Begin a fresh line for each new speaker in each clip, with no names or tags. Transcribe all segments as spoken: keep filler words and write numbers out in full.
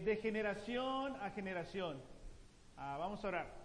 de generación a generación. Ah, vamos a orar.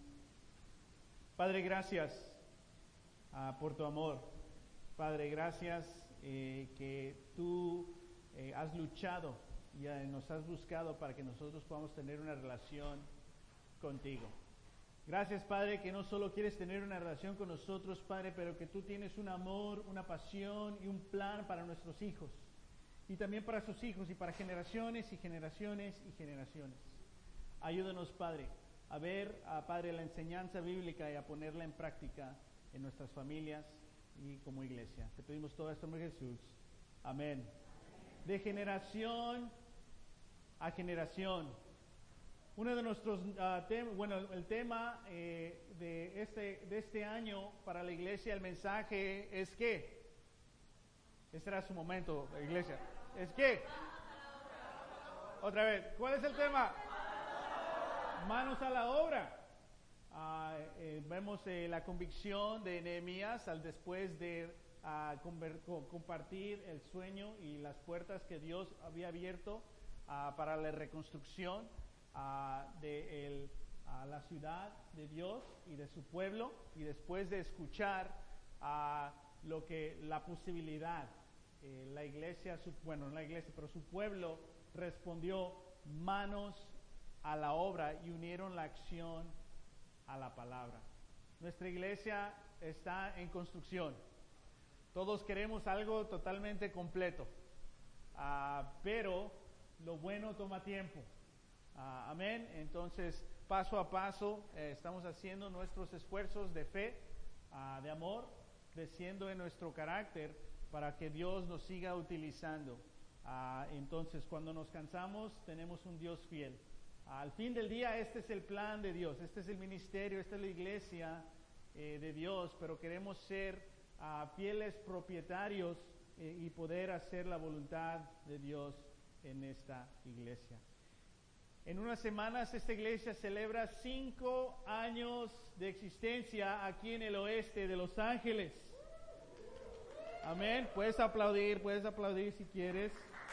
Padre, gracias ah, por tu amor. Padre, gracias eh, que tú eh, has luchado y eh, nos has buscado para que nosotros podamos tener una relación contigo. Gracias, Padre, que no solo quieres tener una relación con nosotros, Padre, pero que tú tienes un amor, una pasión y un plan para nuestros hijos. Y también para sus hijos y para generaciones y generaciones y generaciones. Ayúdanos, Padre, a ver, a, Padre, la enseñanza bíblica y a ponerla en práctica en nuestras familias y como iglesia. Te pedimos todo esto en Jesús. Amén. De generación a generación. Uno de nuestros uh, temas, bueno, el tema eh, de, este, de este año para la iglesia, el mensaje es que, este era su momento, la iglesia, es que, otra vez, ¿cuál es el tema? Manos a la obra. Uh, eh, vemos eh, la convicción de Nehemías al después de uh, conver- co- compartir el sueño y las puertas que Dios había abierto uh, para la reconstrucción uh, de el, uh, la ciudad de Dios y de su pueblo, y después de escuchar uh, lo que la posibilidad eh, la iglesia, su, bueno, no la iglesia, pero su pueblo respondió manos a la obra y unieron la acción a la palabra. Nuestra iglesia está en construcción. Todos queremos algo totalmente completo, uh, pero lo bueno toma tiempo. Uh, amén. Entonces, paso a paso, eh, estamos haciendo nuestros esfuerzos de fe, uh, de amor, creciendo en nuestro carácter para que Dios nos siga utilizando. Uh, entonces, cuando nos cansamos, tenemos un Dios fiel. Al fin del día, este es el plan de Dios, este es el ministerio, esta es la iglesia eh, de Dios, pero queremos ser uh, fieles propietarios eh, y poder hacer la voluntad de Dios en esta iglesia. En unas semanas esta iglesia celebra cinco años de existencia aquí en el oeste de Los Ángeles. Amén. Puedes aplaudir, puedes aplaudir si quieres.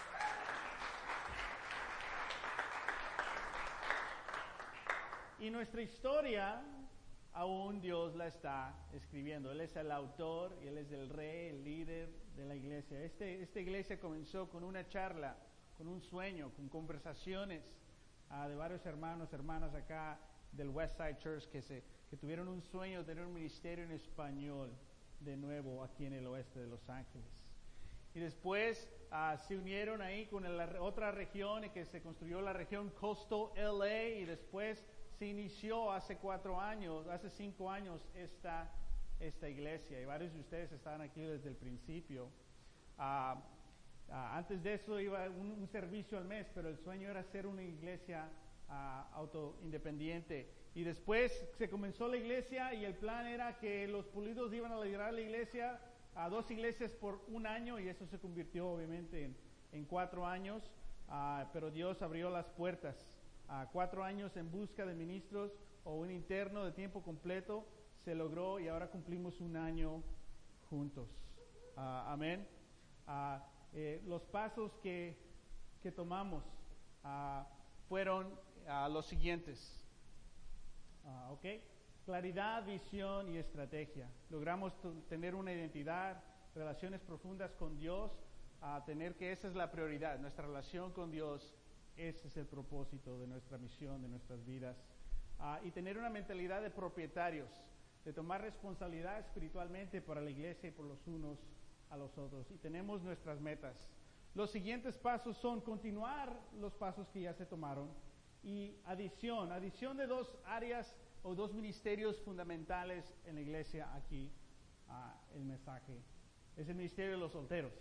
Y nuestra historia, aún Dios la está escribiendo. Él es el autor y Él es el rey, el líder de la iglesia. Este, esta iglesia comenzó con una charla, con un sueño, con conversaciones uh, de varios hermanos, hermanas acá del Westside Church que, se, que tuvieron un sueño de tener un ministerio en español de nuevo aquí en el oeste de Los Ángeles. Y después uh, se unieron ahí con la otra región y que se construyó la región Coastal L A, y después se inició hace cuatro años, hace cinco años esta, esta iglesia, y varios de ustedes estaban aquí desde el principio. Uh, uh, antes de eso iba un, un servicio al mes, pero el sueño era ser una iglesia uh, auto-independiente. Y después se comenzó la iglesia y el plan era que los pulidos iban a liderar la iglesia a dos iglesias por un año, y eso se convirtió obviamente en, en cuatro años, uh, pero Dios abrió las puertas. Uh, cuatro años en busca de ministros o un interno de tiempo completo se logró, y ahora cumplimos un año juntos. Uh, amén. Uh, eh, los pasos que, que tomamos uh, fueron uh, los siguientes. Uh, ok, claridad, visión y estrategia. Logramos t- tener una identidad, relaciones profundas con Dios, a uh, tener que esa es la prioridad, nuestra relación con Dios. Ese es el propósito de nuestra misión, de nuestras vidas. Uh, y tener una mentalidad de propietarios, de tomar responsabilidad espiritualmente para la iglesia y por los unos a los otros. Y tenemos nuestras metas. Los siguientes pasos son continuar los pasos que ya se tomaron, y adición, adición de dos áreas o dos ministerios fundamentales en la iglesia aquí. Uh, el mensaje es el ministerio de los solteros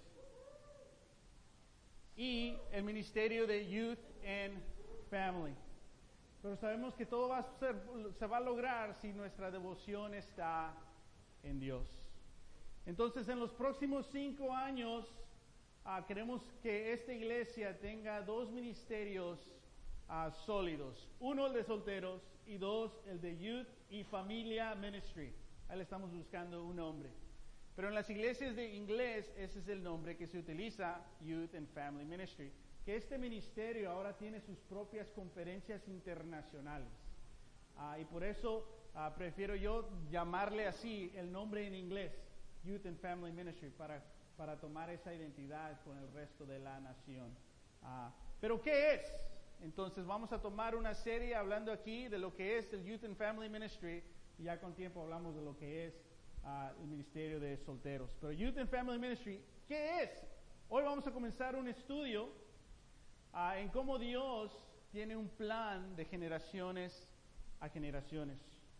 y el ministerio de Youth and Family. Pero sabemos que todo va a ser, se va a lograr si nuestra devoción está en Dios. Entonces, en los próximos cinco años, uh, queremos que esta iglesia tenga dos ministerios uh, sólidos. Uno, el de solteros, y dos, el de Youth y Familia Ministry. Ahí le estamos buscando un nombre. Pero en las iglesias de inglés, ese es el nombre que se utiliza, Youth and Family Ministry. que este ministerio ahora tiene sus propias conferencias internacionales. Uh, y por eso uh, prefiero yo llamarle así el nombre en inglés, Youth and Family Ministry, para, para tomar esa identidad con el resto de la nación. Uh, ¿Pero qué es? Entonces vamos a tomar una serie hablando aquí de lo que es el Youth and Family Ministry, y ya con tiempo hablamos de lo que es uh, el ministerio de solteros. Pero Youth and Family Ministry, ¿qué es? Hoy vamos a comenzar un estudio uh, en cómo Dios tiene un plan de generaciones a generaciones.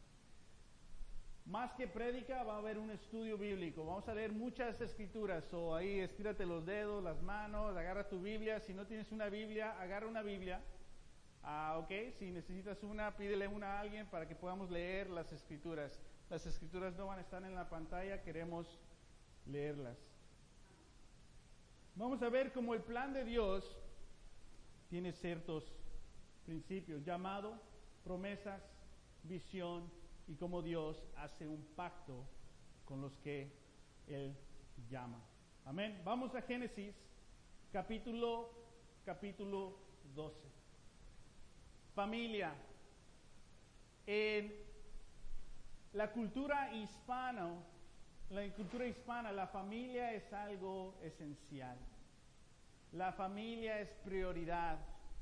Más que prédica, va a haber un estudio bíblico. Vamos a leer muchas escrituras. O ahí estírate los dedos, las manos, agarra tu Biblia. Si no tienes una Biblia, agarra una Biblia. Ah, ok. Si necesitas una, pídele una a alguien para que podamos leer las escrituras. Las escrituras no van a estar en la pantalla, queremos leerlas. Vamos a ver cómo el plan de Dios tiene ciertos principios: llamado, promesas, visión, y cómo Dios hace un pacto con los que Él llama. Amén. Vamos a Génesis, capítulo, capítulo doce. Familia. En la cultura hispana, la cultura hispana, la familia es algo esencial. La familia es prioridad.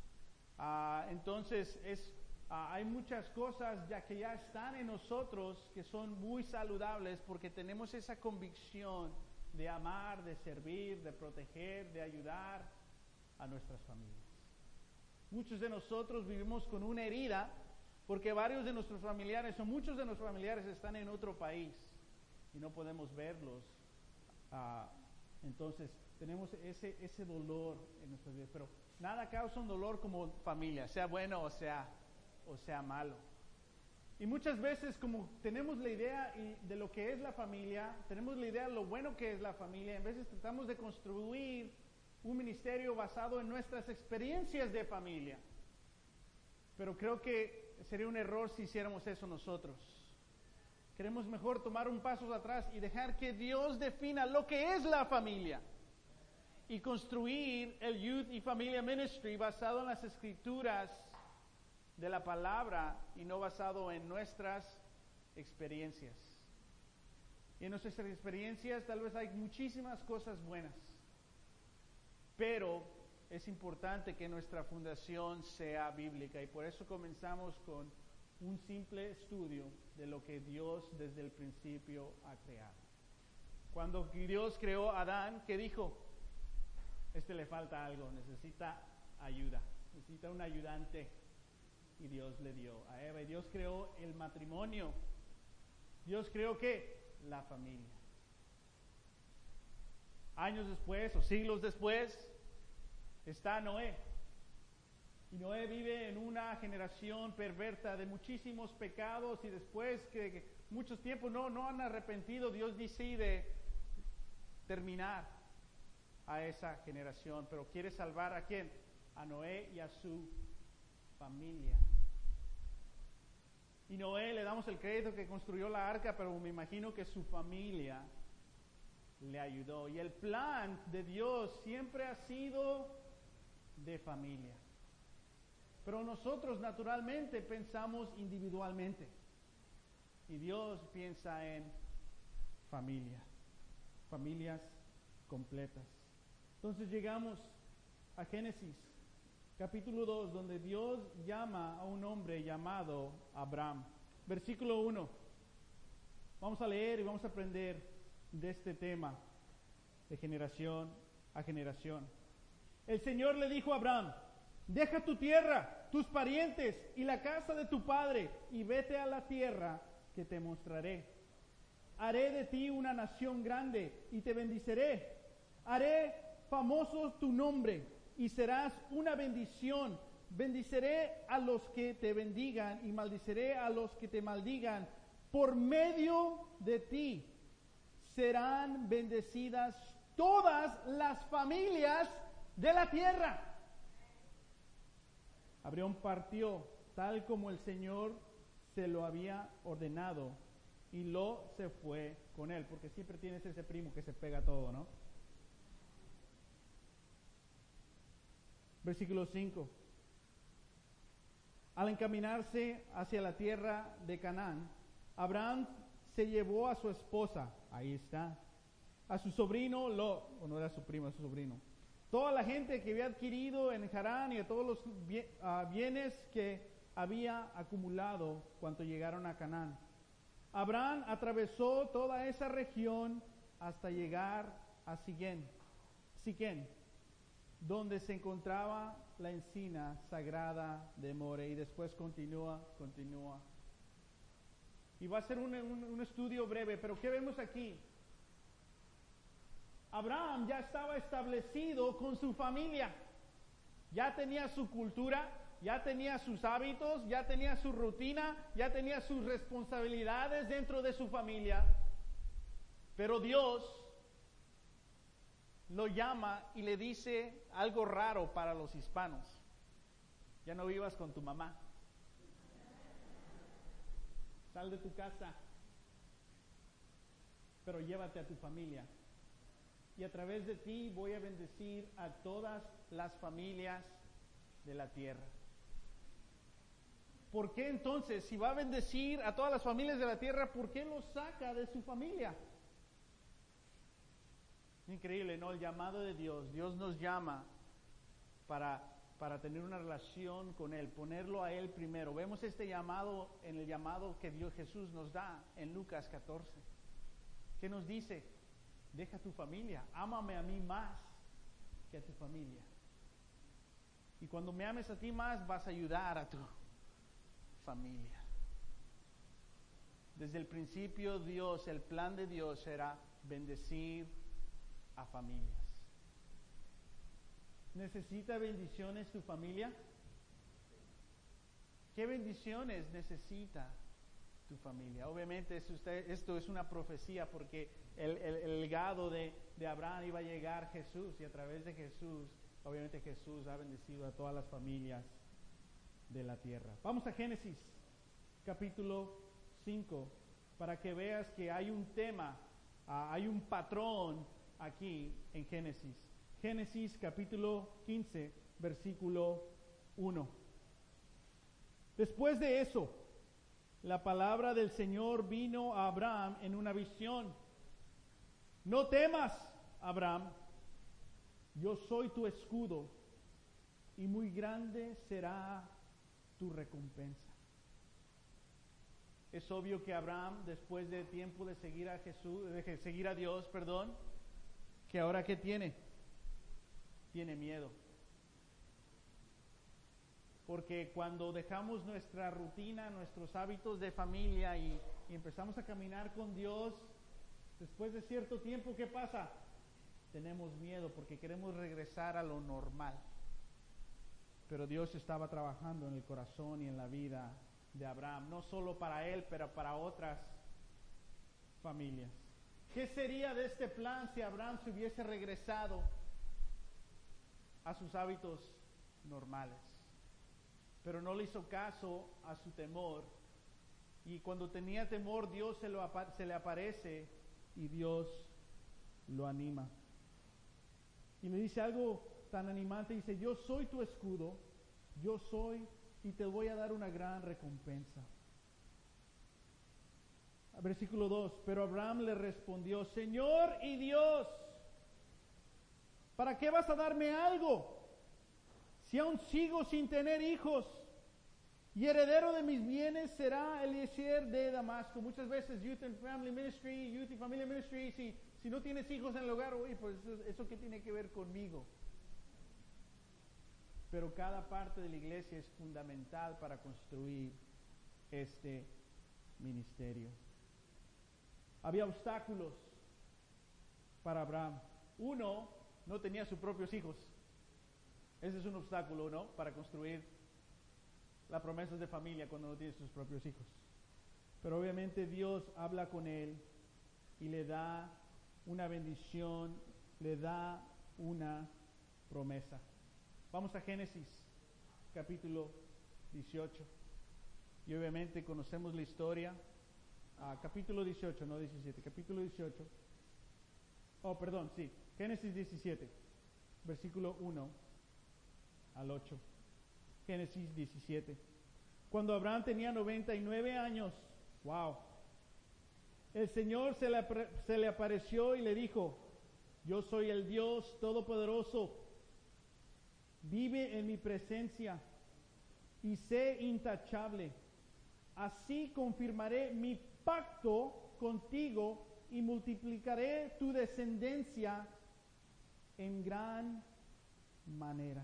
Uh, entonces es Uh, hay muchas cosas ya que ya están en nosotros que son muy saludables porque tenemos esa convicción de amar, de servir, de proteger, de ayudar a nuestras familias. Muchos de nosotros vivimos con una herida porque varios de nuestros familiares o muchos de nuestros familiares están en otro país y no podemos verlos. Uh, entonces tenemos ese, ese dolor en nuestras vidas, pero nada causa un dolor como familia, sea bueno o sea o sea malo. Y muchas veces, como tenemos la idea de lo que es la familia, tenemos la idea de lo bueno que es la familia, en veces tratamos de construir un ministerio basado en nuestras experiencias de familia. Pero creo que sería un error si hiciéramos eso nosotros. Queremos mejor tomar un paso atrás y dejar que Dios defina lo que es la familia y construir el Youth y Familia Ministry basado en las escrituras de la palabra y no basado en nuestras experiencias. Y en nuestras experiencias tal vez hay muchísimas cosas buenas, pero es importante que nuestra fundación sea bíblica, y por eso comenzamos con un simple estudio de lo que Dios desde el principio ha creado. Cuando Dios creó a Adán, ¿qué dijo? Este le falta algo, necesita ayuda, necesita un ayudante. Y Dios le dio a Eva. Y Dios creó el matrimonio. Dios creó ¿qué? La familia. Años después o siglos después está Noé. Y Noé vive en una generación perversa de muchísimos pecados, y después que, que muchos tiempos no, no han arrepentido, Dios decide terminar a esa generación. Pero quiere salvar ¿a quién? A Noé y a su familia. Y Noé le damos el crédito que construyó la arca, pero me imagino que su familia le ayudó. Y el plan de Dios siempre ha sido de familia. Pero nosotros naturalmente pensamos individualmente. Y Dios piensa en familia. Familias completas. Entonces llegamos a Génesis capítulo dos, donde Dios llama a un hombre llamado Abraham. Versículo uno. Vamos a leer y vamos a aprender de este tema de generación a generación. El Señor le dijo a Abraham: deja tu tierra, tus parientes y la casa de tu padre, y vete a la tierra que te mostraré. Haré de ti una nación grande y te bendeciré. Haré famoso tu nombre y serás una bendición. Bendiciré a los que te bendigan y maldiciré a los que te maldigan. Por medio de ti serán bendecidas todas las familias de la tierra. Abraham partió tal como el Señor se lo había ordenado, y Lot se fue con él, porque siempre tienes ese primo que se pega todo, ¿no? Versículo cinco. Al encaminarse hacia la tierra de Canaán, Abraham se llevó a su esposa, ahí está, a su sobrino Lot, o no era su primo, era su sobrino, toda la gente que había adquirido en Harán y a todos los bienes que había acumulado cuando llegaron a Canaán. Abraham atravesó toda esa región hasta llegar a Siquén, Siquén, donde se encontraba la encina sagrada de More, y después continúa, continúa. Y va a ser un, un, un estudio breve, pero ¿qué vemos aquí? Abraham ya estaba establecido con su familia, ya tenía su cultura, ya tenía sus hábitos, ya tenía su rutina, ya tenía sus responsabilidades dentro de su familia, pero Dios lo llama y le dice algo raro para los hispanos: ya no vivas con tu mamá, sal de tu casa, pero llévate a tu familia, y a través de ti voy a bendecir a todas las familias de la tierra. ¿Por qué entonces, si va a bendecir a todas las familias de la tierra, por qué lo saca de su familia? Increíble, ¿no? El llamado de Dios. Dios nos llama para, para tener una relación con Él, ponerlo a Él primero. Vemos este llamado en el llamado que Dios Jesús nos da en Lucas catorce. ¿Qué nos dice? Deja tu familia, ámame a mí más que a tu familia. Y cuando me ames a ti más, vas a ayudar a tu familia. Desde el principio Dios, el plan de Dios era bendecir a familias. ¿Necesita bendiciones tu familia? ¿Qué bendiciones necesita tu familia? Obviamente es usted, esto es una profecía, porque el, el, el legado de, de Abraham iba a llegar Jesús, y a través de Jesús, obviamente Jesús ha bendecido a todas las familias de la tierra. Vamos a Génesis capítulo cinco para que veas que hay un tema, uh, hay un patrón aquí en Génesis. Génesis capítulo quince, versículo uno. Después de eso, la palabra del Señor vino a Abraham en una visión. No temas, Abraham, yo soy tu escudo, y muy grande será tu recompensa. Es obvio que Abraham, después de tiempo de seguir a Jesús, de seguir a Dios, perdón, que ahora ¿qué tiene? Tiene miedo. Porque cuando dejamos nuestra rutina, nuestros hábitos de familia y, y empezamos a caminar con Dios, después de cierto tiempo, ¿qué pasa? Tenemos miedo porque queremos regresar a lo normal. Pero Dios estaba trabajando en el corazón y en la vida de Abraham, no solo para él, pero para otras familias. ¿Qué sería de este plan si Abraham se hubiese regresado a sus hábitos normales? Pero no le hizo caso a su temor, y cuando tenía temor, Dios se, lo, se le aparece y Dios lo anima. Y le dice algo tan animante, dice: yo soy tu escudo, yo soy, y te voy a dar una gran recompensa. Versículo dos, pero Abraham le respondió: Señor y Dios, ¿para qué vas a darme algo si aún sigo sin tener hijos? Y heredero de mis bienes será Eliezer de Damasco. Muchas veces Youth and Family Ministry, Youth y Familia Ministry, si, si no tienes hijos en el hogar, uy, pues eso, eso qué tiene que ver conmigo. Pero cada parte de la iglesia es fundamental para construir este ministerio. Había obstáculos para Abraham. Uno, no tenía sus propios hijos. Ese es un obstáculo, ¿no? Para construir las promesas de familia cuando no tiene sus propios hijos. Pero obviamente Dios habla con él y le da una bendición, le da una promesa. Vamos a Génesis capítulo dieciocho. Y obviamente conocemos la historia. Ah, capítulo dieciocho, no diecisiete, capítulo dieciocho. Oh, perdón, sí. Génesis diecisiete, versículo uno. al ocho. Génesis diecisiete. Cuando Abraham tenía noventa y nueve años, wow, el Señor se le, se le apareció y le dijo: yo soy el Dios Todopoderoso, vive en mi presencia y sé intachable. Así confirmaré mi pacto contigo y multiplicaré tu descendencia en gran manera.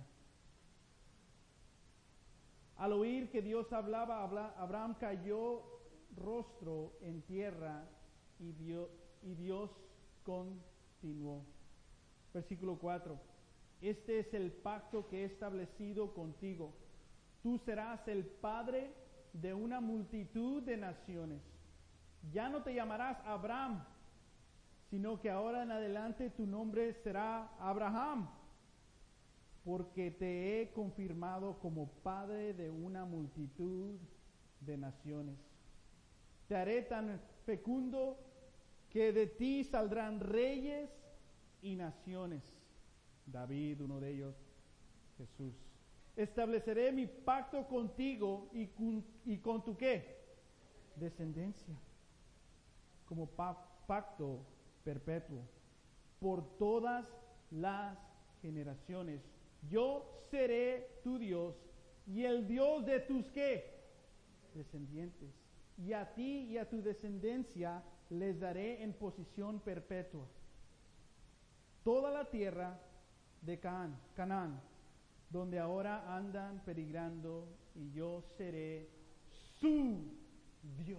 Al oír que Dios hablaba, Abraham cayó rostro en tierra y Dios, y Dios continuó. Versículo cuatro. Este es el pacto que he establecido contigo. Tú serás el padre de una multitud de naciones. Ya no te llamarás Abraham, sino que ahora en adelante tu nombre será Abraham, porque te he confirmado como padre de una multitud de naciones. Te haré tan fecundo que de ti saldrán reyes y naciones. David, uno de ellos, Jesús. Estableceré mi pacto contigo y con, y con tu ¿qué? Descendencia, como pa- pacto perpetuo por todas las generaciones. Yo seré tu Dios y el Dios de tus ¿qué? Descendientes. Y a ti y a tu descendencia les daré en posesión perpetua toda la tierra de Canaán, Canaán, donde ahora andan peregrando, y yo seré su Dios.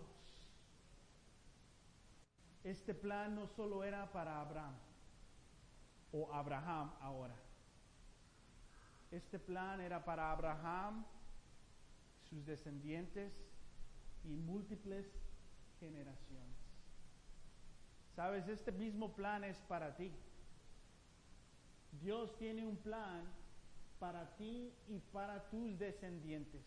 Este plan no solo era para Abraham o Abraham ahora. Este plan era para Abraham, sus descendientes y múltiples generaciones. Sabes, este mismo plan es para ti. Dios tiene un plan para ti y para tus descendientes.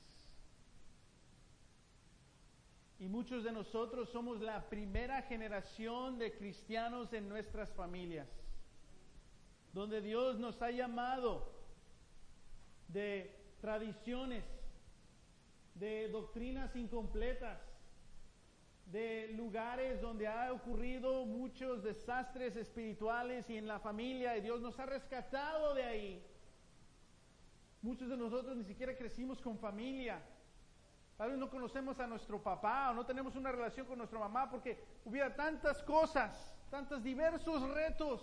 Y muchos de nosotros somos la primera generación de cristianos en nuestras familias, donde Dios nos ha llamado de tradiciones, de doctrinas incompletas, de lugares donde ha ocurrido muchos desastres espirituales y en la familia, y Dios nos ha rescatado de ahí. Muchos de nosotros ni siquiera crecimos con familia. Tal vez no conocemos a nuestro papá o no tenemos una relación con nuestra mamá porque hubiera tantas cosas, tantos diversos retos,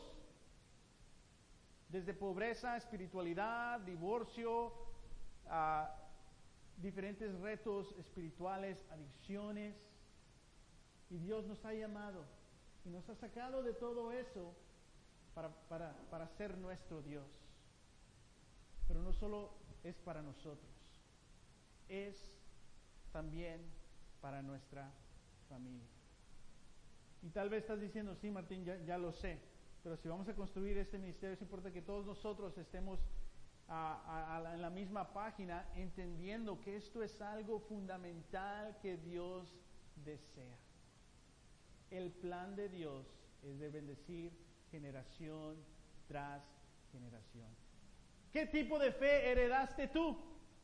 desde pobreza, espiritualidad, divorcio, a diferentes retos espirituales, adicciones. Y Dios nos ha llamado y nos ha sacado de todo eso para, para, para ser nuestro Dios. Pero no solo es para nosotros, es también para nuestra familia. Y tal vez estás diciendo: sí, Martín, ya, ya lo sé, pero si vamos a construir este ministerio es importante que todos nosotros estemos a, a, a la, en la misma página, entendiendo que esto es algo fundamental que Dios desea. El plan de Dios es de bendecir generación tras generación. ¿Qué tipo de fe heredaste tú?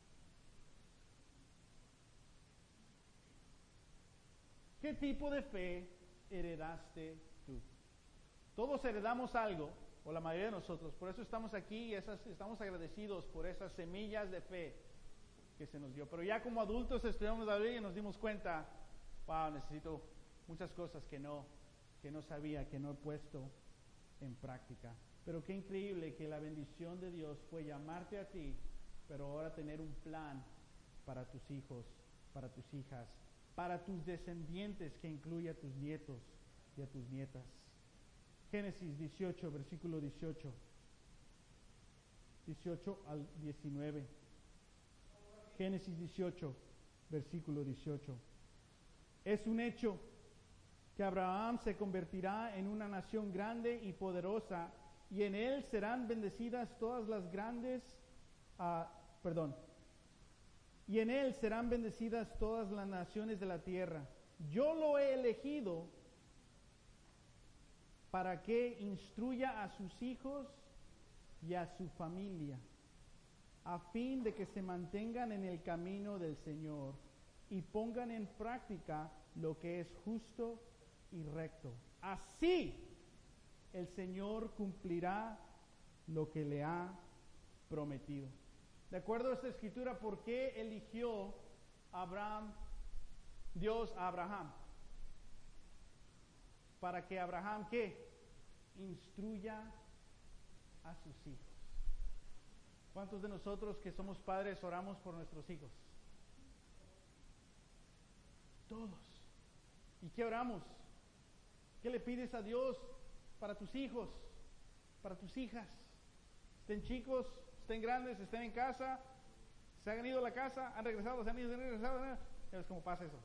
¿Qué tipo de fe heredaste tú? Todos heredamos algo, o la mayoría de nosotros, por eso estamos aquí y esas, estamos agradecidos por esas semillas de fe que se nos dio. Pero ya como adultos estudiamos la Biblia y nos dimos cuenta: wow, necesito muchas cosas que no, que no sabía, que no he puesto en práctica. Pero qué increíble que la bendición de Dios fue llamarte a ti, pero ahora tener un plan para tus hijos, para tus hijas, para tus descendientes, que incluye a tus nietos y a tus nietas. Génesis dieciocho, versículo dieciocho. dieciocho al diecinueve. Génesis dieciocho, versículo dieciocho. Es un hecho que Abraham se convertirá en una nación grande y poderosa, y en él serán bendecidas todas las grandes, uh, perdón, y en él serán bendecidas todas las naciones de la tierra. Yo lo he elegido para que instruya a sus hijos y a su familia, a fin de que se mantengan en el camino del Señor y pongan en práctica lo que es justo y recto. Así el Señor cumplirá lo que le ha prometido. De acuerdo a esta escritura, ¿por qué eligió Abraham, Dios a Abraham? Para que Abraham, ¿qué? Instruya a sus hijos. ¿Cuántos de nosotros que somos padres oramos por nuestros hijos? Todos. ¿Y qué oramos? ¿Qué le pides a Dios para tus hijos, para tus hijas? Estén chicos, estén grandes, estén en casa, se han ido a la casa, han regresado, se han ido, se han regresado. ¿Ya ves cómo pasa eso?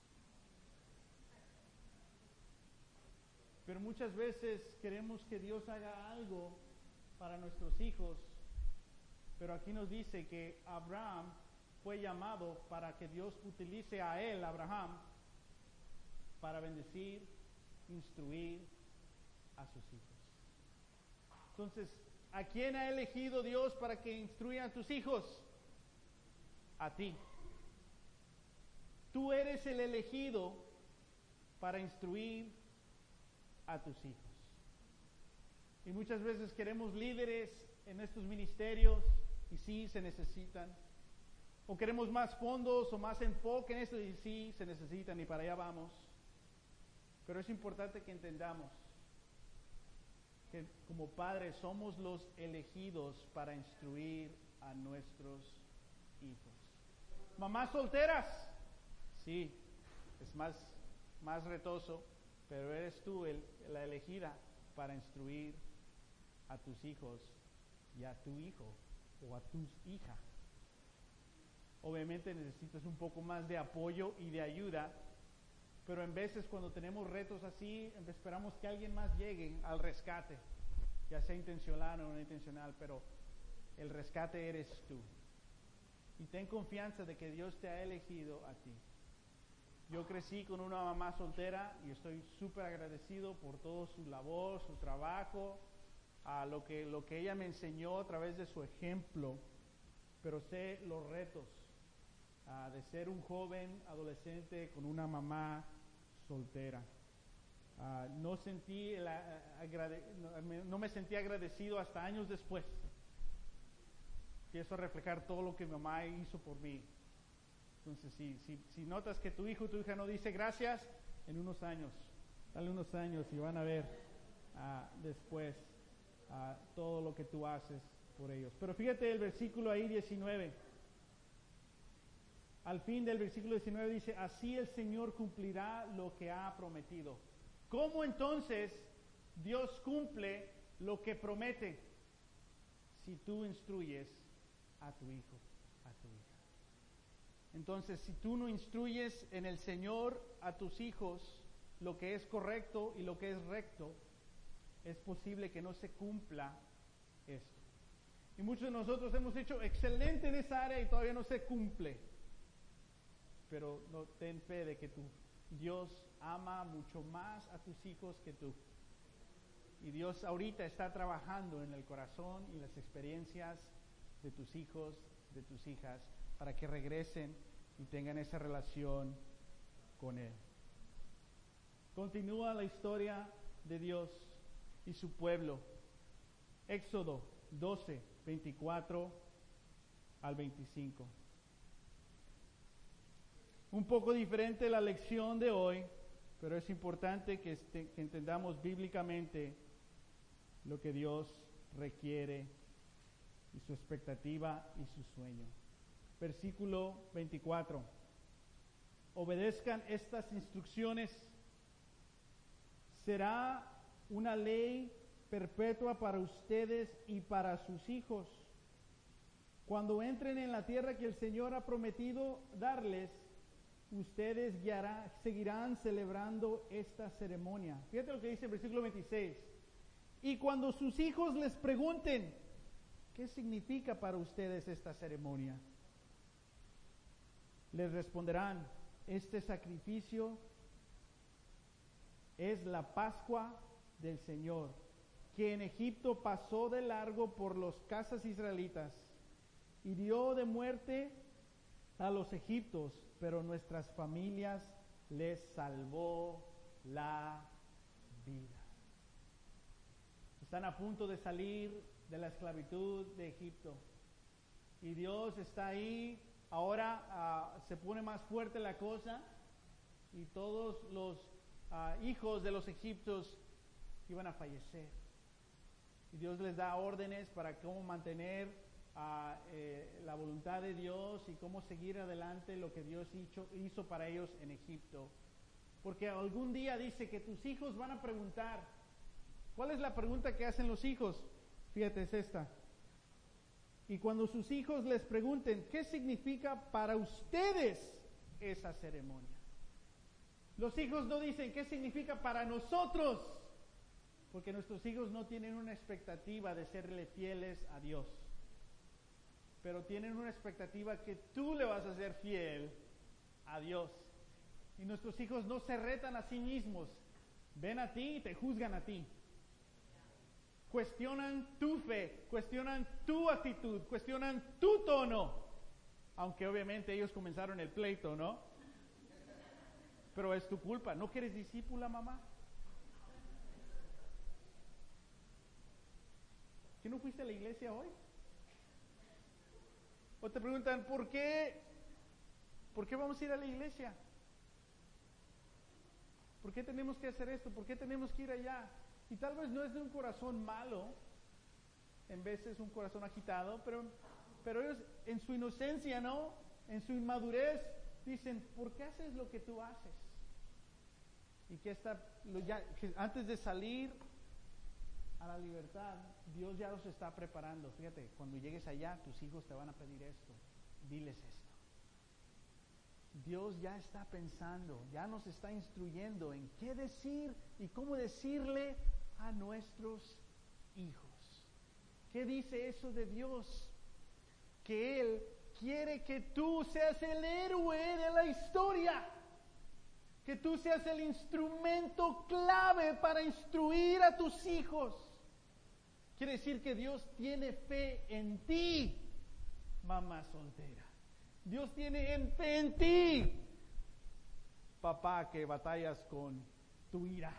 Pero muchas veces queremos que Dios haga algo para nuestros hijos, pero aquí nos dice que Abraham fue llamado para que Dios utilice a él, Abraham, para bendecir, instruir a sus hijos. Entonces, ¿a quién ha elegido Dios para que instruya a tus hijos? A ti. Tú eres el elegido para instruir a tus hijos. Y muchas veces queremos líderes en estos ministerios, y sí, se necesitan. O queremos más fondos o más enfoque en esto, y sí, se necesitan, y para allá vamos. Pero es importante que entendamos que como padres somos los elegidos para instruir a nuestros hijos. Mamás solteras, sí, es más, más retoso, pero eres tú el, la elegida para instruir a tus hijos y a tu hijo o a tus hijas. Obviamente necesitas un poco más de apoyo y de ayuda, pero en veces cuando tenemos retos así, esperamos que alguien más llegue al rescate, ya sea intencional o no intencional, pero el rescate eres tú. Y ten confianza de que Dios te ha elegido a ti. Yo crecí con una mamá soltera y estoy súper agradecido por todo su labor, su trabajo, a lo que, lo que ella me enseñó a través de su ejemplo, pero sé los retos uh, de ser un joven adolescente con una mamá soltera. Uh, no, sentí la, uh, agrade, no, me, no me sentí agradecido hasta años después. Empiezo a reflejar todo lo que mi mamá hizo por mí. Entonces, si, si, si notas que tu hijo o tu hija no dice gracias, en unos años, dale unos años y van a ver uh, después uh, todo lo que tú haces por ellos. Pero fíjate el versículo ahí diecinueve. Al fin del versículo diecinueve dice, así el Señor cumplirá lo que ha prometido. ¿Cómo entonces Dios cumple lo que promete? Si tú instruyes a tu hijo, a tu hija. Entonces, si tú no instruyes en el Señor a tus hijos lo que es correcto y lo que es recto, es posible que no se cumpla esto. Y muchos de nosotros hemos hecho excelente en esa área y todavía no se cumple. Pero no, ten fe de que tu Dios ama mucho más a tus hijos que tú. Y Dios ahorita está trabajando en el corazón y las experiencias de tus hijos, de tus hijas, para que regresen y tengan esa relación con Él. Continúa la historia de Dios y su pueblo. Éxodo doce, veinticuatro al veinticinco. Un poco diferente la lección de hoy, pero es importante que, este, que entendamos bíblicamente lo que Dios requiere y su expectativa y su sueño. Versículo veinticuatro. Obedezcan estas instrucciones. Será una ley perpetua para ustedes y para sus hijos. Cuando entren en la tierra que el Señor ha prometido darles, ustedes guiarán, seguirán celebrando esta ceremonia. Fíjate lo que dice el versículo veintiséis. Y cuando sus hijos les pregunten, ¿qué significa para ustedes esta ceremonia? Les responderán, este sacrificio es la Pascua del Señor, que en Egipto pasó de largo por los casas israelitas. hirió de muerte a los egipcios, pero nuestras familias les salvó la vida. Están a punto de salir de la esclavitud de Egipto. Y Dios está ahí. Ahora uh, se pone más fuerte la cosa. Y todos los uh, hijos de los egipcios iban a fallecer. Y Dios les da órdenes para cómo mantener uh, eh, la voluntad de Dios y cómo seguir adelante lo que Dios hizo, hizo para ellos en Egipto. Porque algún día dice que tus hijos van a preguntar. ¿Cuál es la pregunta que hacen los hijos? Fíjate, es esta. Y cuando sus hijos les pregunten, ¿qué significa para ustedes esa ceremonia? Los hijos no dicen, ¿qué significa para nosotros? Porque nuestros hijos no tienen una expectativa de serle fieles a Dios. Pero tienen una expectativa que tú le vas a ser fiel a Dios. Y nuestros hijos no se retan a sí mismos. Ven a ti y te juzgan a ti. Cuestionan tu fe, cuestionan tu actitud, cuestionan tu tono. Aunque obviamente ellos comenzaron el pleito, ¿no? Pero es tu culpa. ¿No que eres discípula, mamá? ¿Que no fuiste a la iglesia hoy? O te preguntan, ¿por qué? ¿Por qué vamos a ir a la iglesia? ¿Por qué tenemos que hacer esto? ¿Por qué tenemos que ir allá? Y tal vez no es de un corazón malo, en veces un corazón agitado, pero, pero ellos en su inocencia, ¿no? En su inmadurez, dicen, ¿por qué haces lo que tú haces? Y que, esta, lo ya, que antes de salir a la libertad, Dios ya los está preparando. Fíjate, cuando llegues allá, tus hijos te van a pedir esto, diles esto. Dios ya está pensando, ya nos está instruyendo en qué decir y cómo decirle a nuestros hijos. ¿Qué dice eso de Dios? Que Él quiere que tú seas el héroe de la historia, que tú seas el instrumento clave para instruir a tus hijos. Quiere decir que Dios tiene fe en ti, mamá soltera. Dios tiene en fe en ti, papá que batallas con tu ira.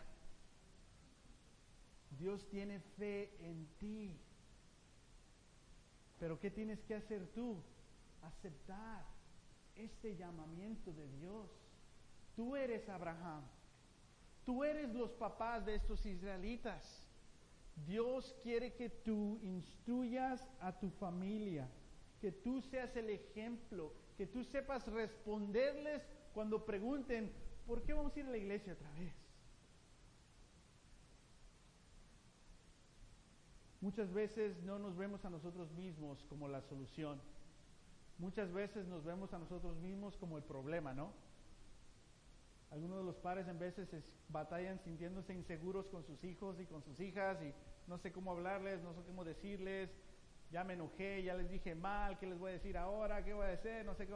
Dios tiene fe en ti. Pero ¿qué tienes que hacer tú? Aceptar este llamamiento de Dios. Tú eres Abraham. Tú eres los papás de estos israelitas. Dios quiere que tú instruyas a tu familia, que tú seas el ejemplo, que tú sepas responderles cuando pregunten, ¿por qué vamos a ir a la iglesia otra vez? Muchas veces no nos vemos a nosotros mismos como la solución. Muchas veces nos vemos a nosotros mismos como el problema, ¿no? Algunos de los padres en veces es, batallan sintiéndose inseguros con sus hijos y con sus hijas y no sé cómo hablarles, no sé cómo decirles. Ya me enojé, ya les dije mal, ¿qué les voy a decir ahora? ¿Qué voy a decir? No sé qué.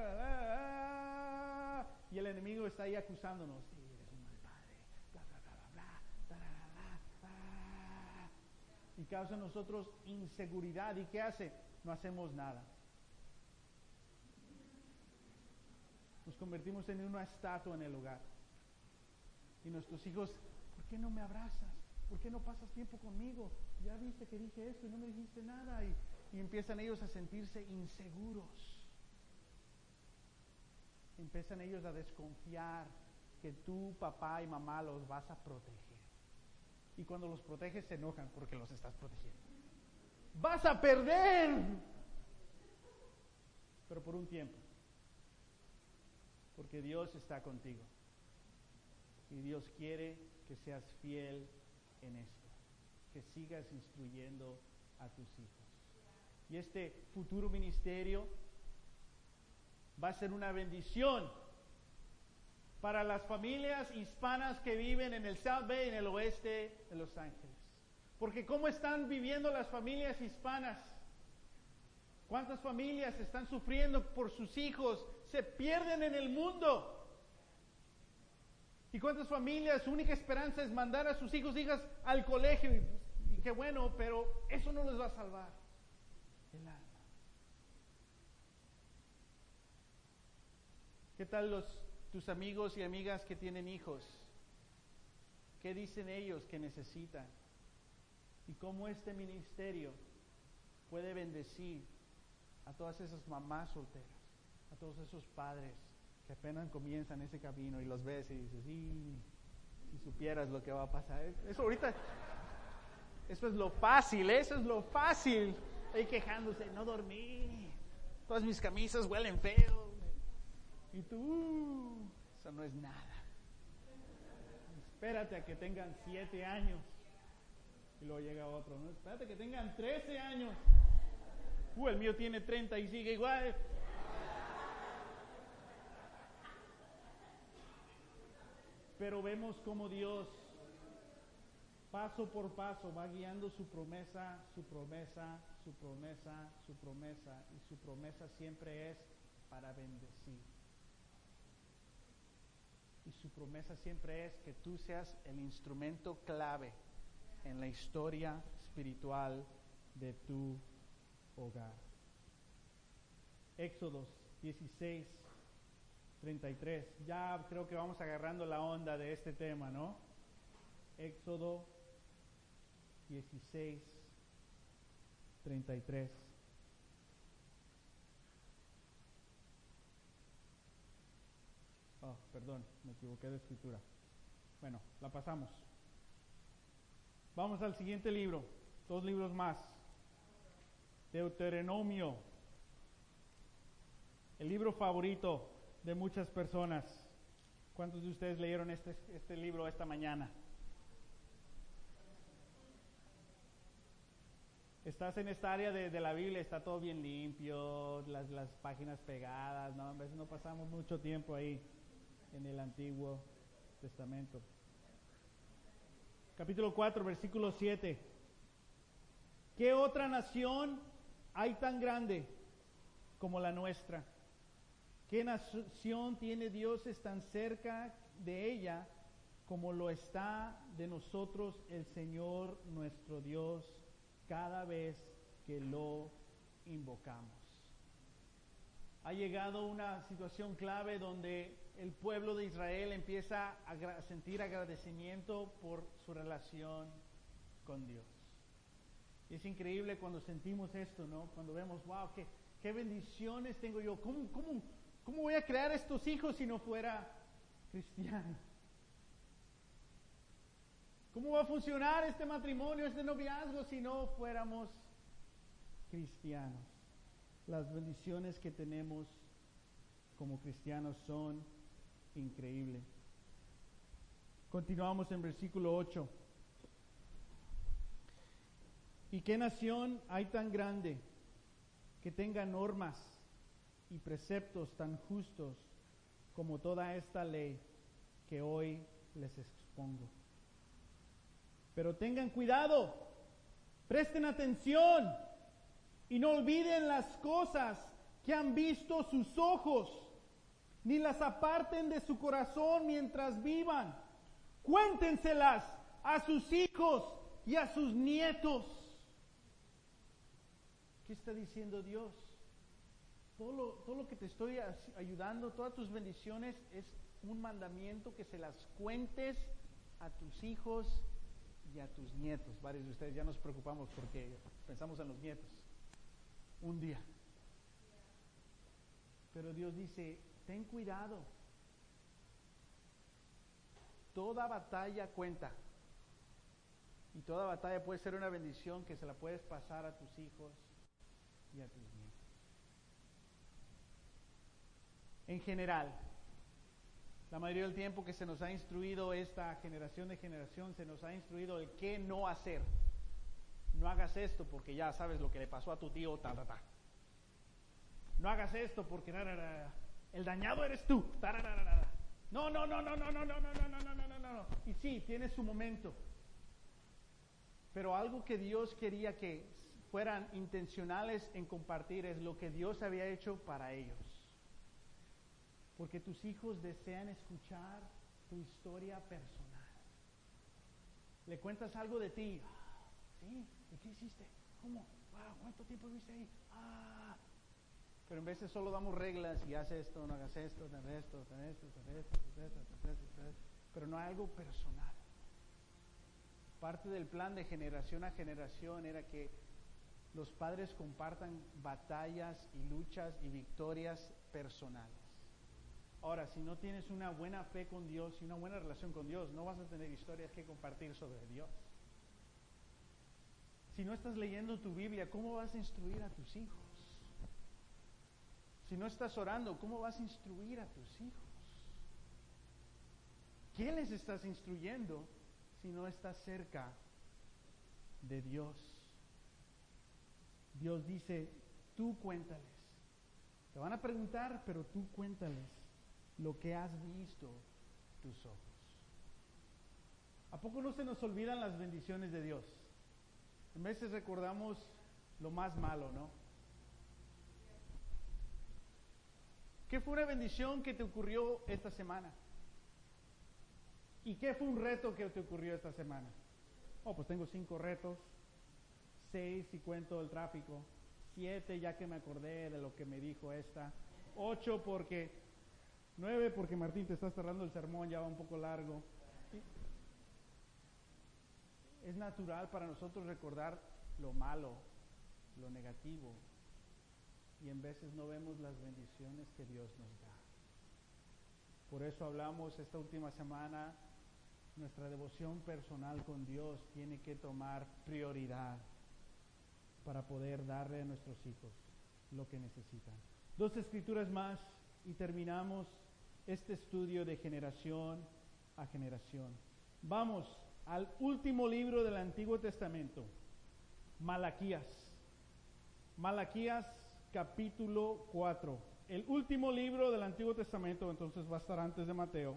Y el enemigo está ahí acusándonos. Sí, eres un mal padre. Bla, bla, bla, bla, bla, bla, bla, bla. Y causa en nosotros inseguridad. ¿Y qué hace? No hacemos nada. Nos convertimos en una estatua en el hogar. Y nuestros hijos, ¿por qué no me abrazas? ¿Por qué no pasas tiempo conmigo? Ya viste que dije esto y no me dijiste nada. Y, y empiezan ellos a sentirse inseguros. Empiezan ellos a desconfiar que tú, papá y mamá, los vas a proteger. Y cuando los proteges se enojan porque los estás protegiendo. ¡Vas a perder! Pero por un tiempo. Porque Dios está contigo. Y Dios quiere que seas fiel en esto, que sigas instruyendo a tus hijos. Y este futuro ministerio va a ser una bendición para las familias hispanas que viven en el South Bay, en el oeste de Los Ángeles. Porque ¿cómo están viviendo las familias hispanas? ¿Cuántas familias están sufriendo por sus hijos? Se pierden en el mundo. ¿Y cuántas familias su única esperanza es mandar a sus hijos e hijas al colegio? Y, y qué bueno, pero eso no les va a salvar el alma. ¿Qué tal los, tus amigos y amigas que tienen hijos? ¿Qué dicen ellos que necesitan? Y cómo este ministerio puede bendecir a todas esas mamás solteras, a todos esos padres que apenas comienzan ese camino y los ves y dices, sí, si supieras lo que va a pasar. Eso ahorita, eso es lo fácil, eso es lo fácil. Ahí quejándose, no dormí, todas mis camisas huelen feo. Y tú, uh, eso no es nada. Espérate a que tengan siete años. Y luego llega otro, ¿no? Espérate que tengan trece años. Uh, el mío tiene treinta y sigue igual. Pero vemos cómo Dios, paso por paso, va guiando su promesa, su promesa, su promesa, su promesa. Y su promesa siempre es para bendecir. Y su promesa siempre es que tú seas el instrumento clave en la historia espiritual de tu hogar. Éxodo dieciséis, treinta y tres. Ya creo que vamos agarrando la onda de este tema, ¿no? Éxodo dieciséis, treinta y tres. Oh, perdón, me equivoqué de escritura. Bueno, la pasamos. Vamos al siguiente libro, dos libros más. Deuteronomio, el libro favorito de muchas personas. ¿Cuántos de ustedes leyeron este, este libro esta mañana? Estás en esta área de, de la Biblia, está todo bien limpio, las, las páginas pegadas, ¿no? A veces no pasamos mucho tiempo ahí en el Antiguo Testamento. Capítulo cuatro, versículo siete. ¿Qué otra nación hay tan grande como la nuestra? ¿Qué nación tiene dioses tan cerca de ella como lo está de nosotros el Señor nuestro Dios cada vez que lo invocamos? Ha llegado una situación clave donde el pueblo de Israel empieza a sentir agradecimiento por su relación con Dios. Y es increíble cuando sentimos esto, ¿no? Cuando vemos, wow, qué, qué bendiciones tengo yo. ¿Cómo, cómo, ¿Cómo voy a crear estos hijos si no fuera cristiano? ¿Cómo va a funcionar este matrimonio, este noviazgo si no fuéramos cristianos? Las bendiciones que tenemos como cristianos son increíbles. Continuamos en versículo ocho. ¿Y qué nación hay tan grande que tenga normas y preceptos tan justos como toda esta ley que hoy les expongo? Pero tengan cuidado, presten atención y no olviden las cosas que han visto sus ojos, ni las aparten de su corazón mientras vivan. Cuéntenselas a sus hijos y a sus nietos. ¿Qué está diciendo Dios? Todo lo, todo lo que te estoy ayudando, todas tus bendiciones, es un mandamiento que se las cuentes a tus hijos y a tus nietos. Varios de ustedes ya nos preocupamos porque pensamos en los nietos. Un día. Pero Dios dice, ten cuidado. Toda batalla cuenta. Y toda batalla puede ser una bendición que se la puedes pasar a tus hijos y a tus nietos. En general, la mayoría del tiempo que se nos ha instruido esta generación de generación, se nos ha instruido el qué no hacer. No hagas esto porque ya sabes lo que le pasó a tu tío, ta, ta, ta. No hagas esto porque ra, ra, ra, el dañado eres tú. Ta, ra, ra, ra, ra. No, no, no, no, no, no, no, no, no, no, no, no, no, no. Y sí, tiene su momento. Pero algo que Dios quería que fueran intencionales en compartir es lo que Dios había hecho para ellos. Porque tus hijos desean escuchar tu historia personal. Le cuentas algo de ti. ¿Sí? ¿Y qué hiciste? ¿Cómo? Wow, ¿cuánto tiempo viviste ahí? Ah. Pero en veces solo damos reglas y haz esto, no hagas esto, haz esto, haz esto, haz esto, haz esto, haz esto, haz esto, pero no hay algo personal. Parte del plan de generación a generación era que los padres compartan batallas y luchas y victorias personales. Ahora, si no tienes una buena fe con Dios y una buena relación con Dios, no vas a tener historias que compartir sobre Dios. Si no estás leyendo tu Biblia, ¿cómo vas a instruir a tus hijos? Si no estás orando, ¿cómo vas a instruir a tus hijos? ¿Qué les estás instruyendo si no estás cerca de Dios? Dios dice, tú cuéntales. Te van a preguntar, pero tú cuéntales lo que has visto tus ojos. ¿A poco no se nos olvidan las bendiciones de Dios? A veces recordamos lo más malo, ¿no? ¿Qué fue una bendición que te ocurrió esta semana? ¿Y qué fue un reto que te ocurrió esta semana? Oh, pues tengo cinco retos, seis si cuento el tráfico, siete ya que me acordé de lo que me dijo esta, ocho porque, nueve porque Martín te está cerrando el sermón, ya va un poco largo. Es natural para nosotros recordar lo malo, lo negativo, y en veces no vemos las bendiciones que Dios nos da. Por eso hablamos esta última semana, nuestra devoción personal con Dios tiene que tomar prioridad para poder darle a nuestros hijos lo que necesitan. Dos escrituras más y terminamos este estudio de generación a generación. Vamos al último libro del Antiguo Testamento, Malaquías. Malaquías capítulo cuatro. El último libro del Antiguo Testamento, entonces va a estar antes de Mateo.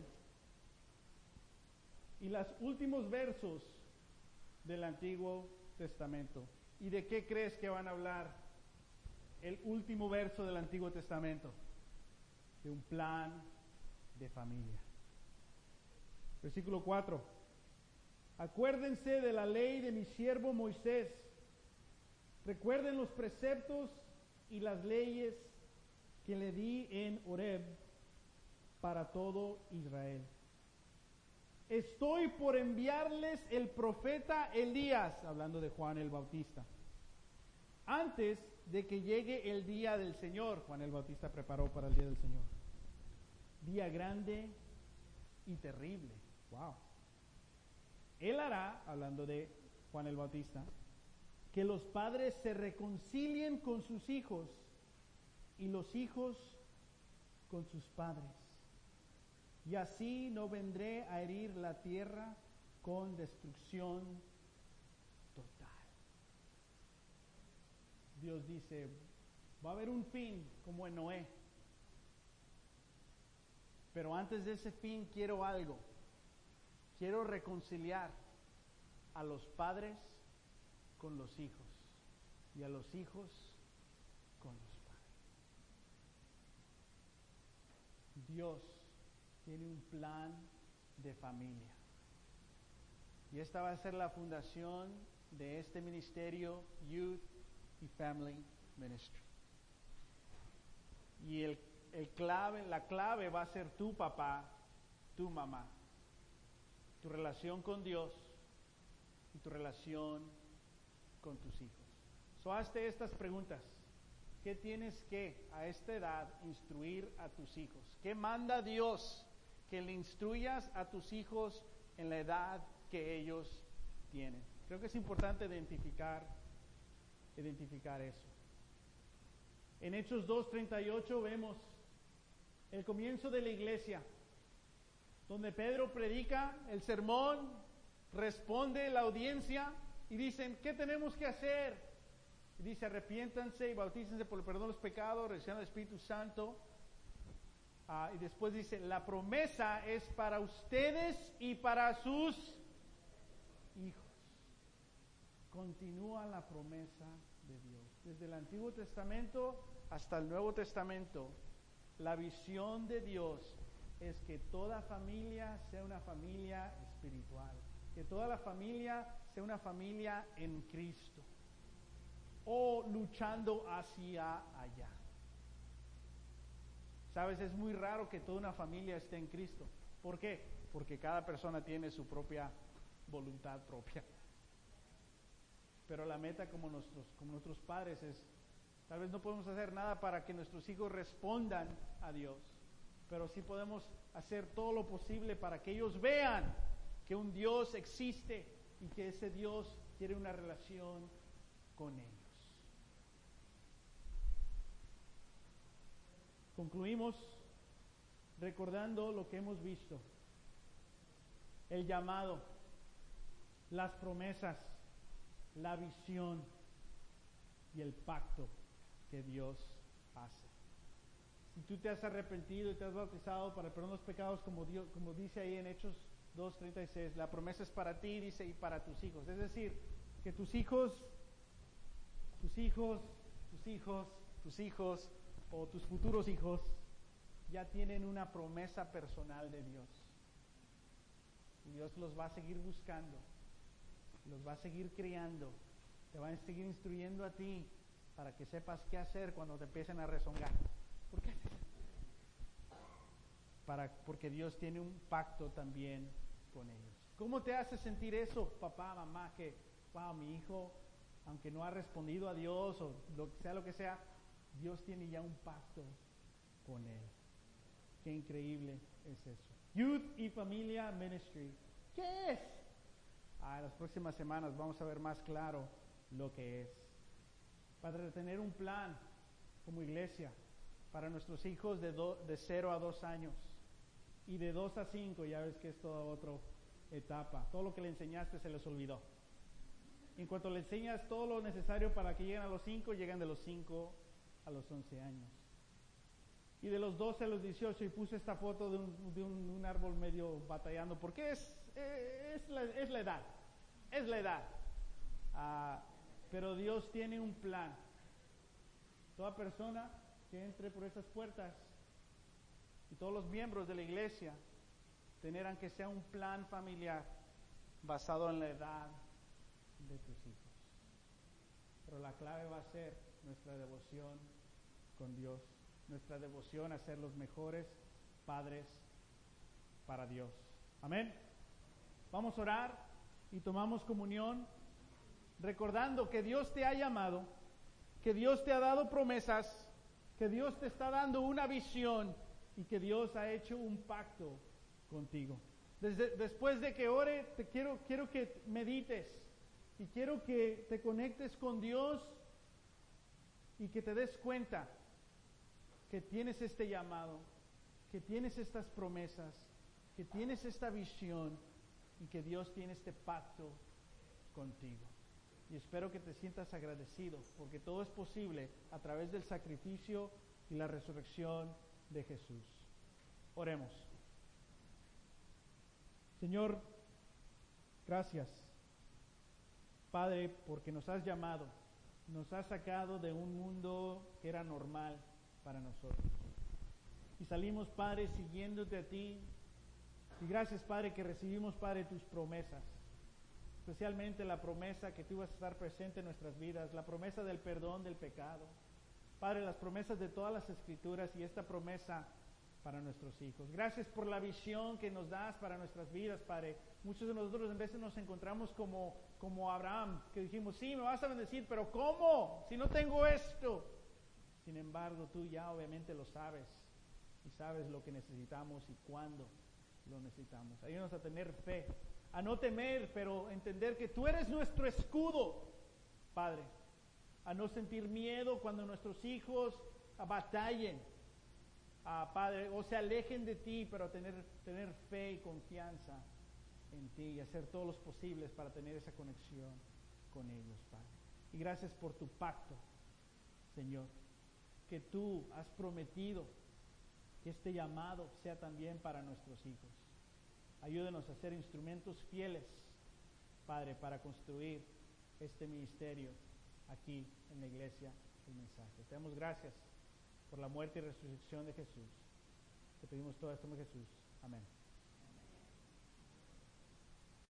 Y los últimos versos del Antiguo Testamento. ¿Y de qué crees que van a hablar el último verso del Antiguo Testamento? De un plan de familia. Versículo cuatro. Acuérdense de la ley de mi siervo Moisés. Recuerden los preceptos y las leyes que le di en Horeb para todo Israel. Estoy por enviarles el profeta Elías, hablando de Juan el Bautista, antes de que llegue el día del Señor. Juan el Bautista preparó para el día del Señor. Día grande y terrible. Wow. Él hará, hablando de Juan el Bautista, que los padres se reconcilien con sus hijos y los hijos con sus padres. Y así no vendré a herir la tierra con destrucción total. Dios dice, va a haber un fin como en Noé. Pero antes de ese fin quiero algo. Quiero reconciliar a los padres con los hijos y a los hijos con los padres. Dios tiene un plan de familia. Y esta va a ser la fundación de este ministerio, Youth y Family Ministry. Y el, el clave, la clave va a ser tu papá, tu mamá, tu relación con Dios y tu relación con tus hijos. So, hazte estas preguntas. ¿Qué tienes que, a esta edad, instruir a tus hijos? ¿Qué manda Dios que le instruyas a tus hijos en la edad que ellos tienen? Creo que es importante identificar, identificar eso. En Hechos dos treinta y ocho vemos el comienzo de la iglesia, donde Pedro predica el sermón, responde la audiencia y dicen, ¿qué tenemos que hacer? Y dice, arrepiéntanse y bautícense por el perdón de los pecados, reciban el Espíritu Santo. Ah, y después dice, la promesa es para ustedes y para sus hijos. Continúa la promesa de Dios. Desde el Antiguo Testamento hasta el Nuevo Testamento, la visión de Dios es que toda familia sea una familia espiritual, que toda la familia sea una familia en Cristo, o luchando hacia allá. Sabes, es muy raro que toda una familia esté en Cristo. ¿Por qué? Porque cada persona tiene su propia voluntad propia. Pero la meta como nuestros, como nuestros padres es, tal vez no podemos hacer nada para que nuestros hijos respondan a Dios, pero sí podemos hacer todo lo posible para que ellos vean que un Dios existe y que ese Dios quiere una relación con ellos. Concluimos recordando lo que hemos visto, el llamado, las promesas, la visión y el pacto que Dios hace. Si tú te has arrepentido y te has bautizado para el perdón de los pecados, como, Dios, como dice ahí en Hechos dos treinta y seis, la promesa es para ti, dice, y para tus hijos. Es decir, que tus hijos, tus hijos, tus hijos, tus hijos o tus futuros hijos ya tienen una promesa personal de Dios. Y Dios los va a seguir buscando, los va a seguir criando, te va a seguir instruyendo a ti para que sepas qué hacer cuando te empiecen a rezongar. ¿Por qué? Para, porque Dios tiene un pacto también con ellos. ¿Cómo te hace sentir eso, papá, mamá, que, wow, mi hijo, aunque no ha respondido a Dios o lo que sea lo que sea, Dios tiene ya un pacto con él? Qué increíble es eso. Youth y Familia Ministry. ¿Qué es? Ah, en las próximas semanas vamos a ver más claro lo que es. Para tener un plan como iglesia para nuestros hijos de, do, de cero a dos años y de dos a cinco, ya ves que es toda otra etapa. Todo lo que le enseñaste se les olvidó. En cuanto le enseñas todo lo necesario para que lleguen a los cinco, llegan de los cinco a los once años. Y de los doce a los dieciocho, y puse esta foto de un, de un, un árbol medio batallando, porque es, es, la, es la edad, es la edad. Ah, pero Dios tiene un plan. Toda persona que entre por esas puertas y todos los miembros de la iglesia tendrán que sea un plan familiar basado en la edad de tus hijos. Pero la clave va a ser nuestra devoción con Dios, nuestra devoción a ser los mejores padres para Dios. Amén. Vamos a orar y tomamos comunión recordando que Dios te ha llamado, que Dios te ha dado promesas, que Dios te está dando una visión y que Dios ha hecho un pacto contigo. Desde, después de que ore, te quiero, quiero que medites y quiero que te conectes con Dios y que te des cuenta que tienes este llamado, que tienes estas promesas, que tienes esta visión y que Dios tiene este pacto contigo. Y espero que te sientas agradecido, porque todo es posible a través del sacrificio y la resurrección de Jesús. Oremos. Señor, gracias, Padre, porque nos has llamado, nos has sacado de un mundo que era normal para nosotros. Y salimos, Padre, siguiéndote a ti. Y gracias, Padre, que recibimos, Padre, tus promesas. Especialmente la promesa que tú vas a estar presente en nuestras vidas, la promesa del perdón del pecado. Padre, las promesas de todas las Escrituras y esta promesa para nuestros hijos. Gracias por la visión que nos das para nuestras vidas, Padre. Muchos de nosotros en veces nos encontramos como, como Abraham, que dijimos, sí, me vas a bendecir, pero ¿cómo? Si no tengo esto. Sin embargo, tú ya obviamente lo sabes y sabes lo que necesitamos y cuándo lo necesitamos. Ayúdanos a tener fe, a no temer, pero entender que tú eres nuestro escudo, Padre. A no sentir miedo cuando nuestros hijos batallen, a, Padre, o se alejen de ti, pero tener, tener fe y confianza en ti y hacer todos los posibles para tener esa conexión con ellos, Padre. Y gracias por tu pacto, Señor, que tú has prometido que este llamado sea también para nuestros hijos. Ayúdenos a ser instrumentos fieles, Padre, para construir este ministerio aquí en la iglesia El Mensaje. Te damos gracias por la muerte y resurrección de Jesús. Te pedimos todo esto en Jesús. Amén.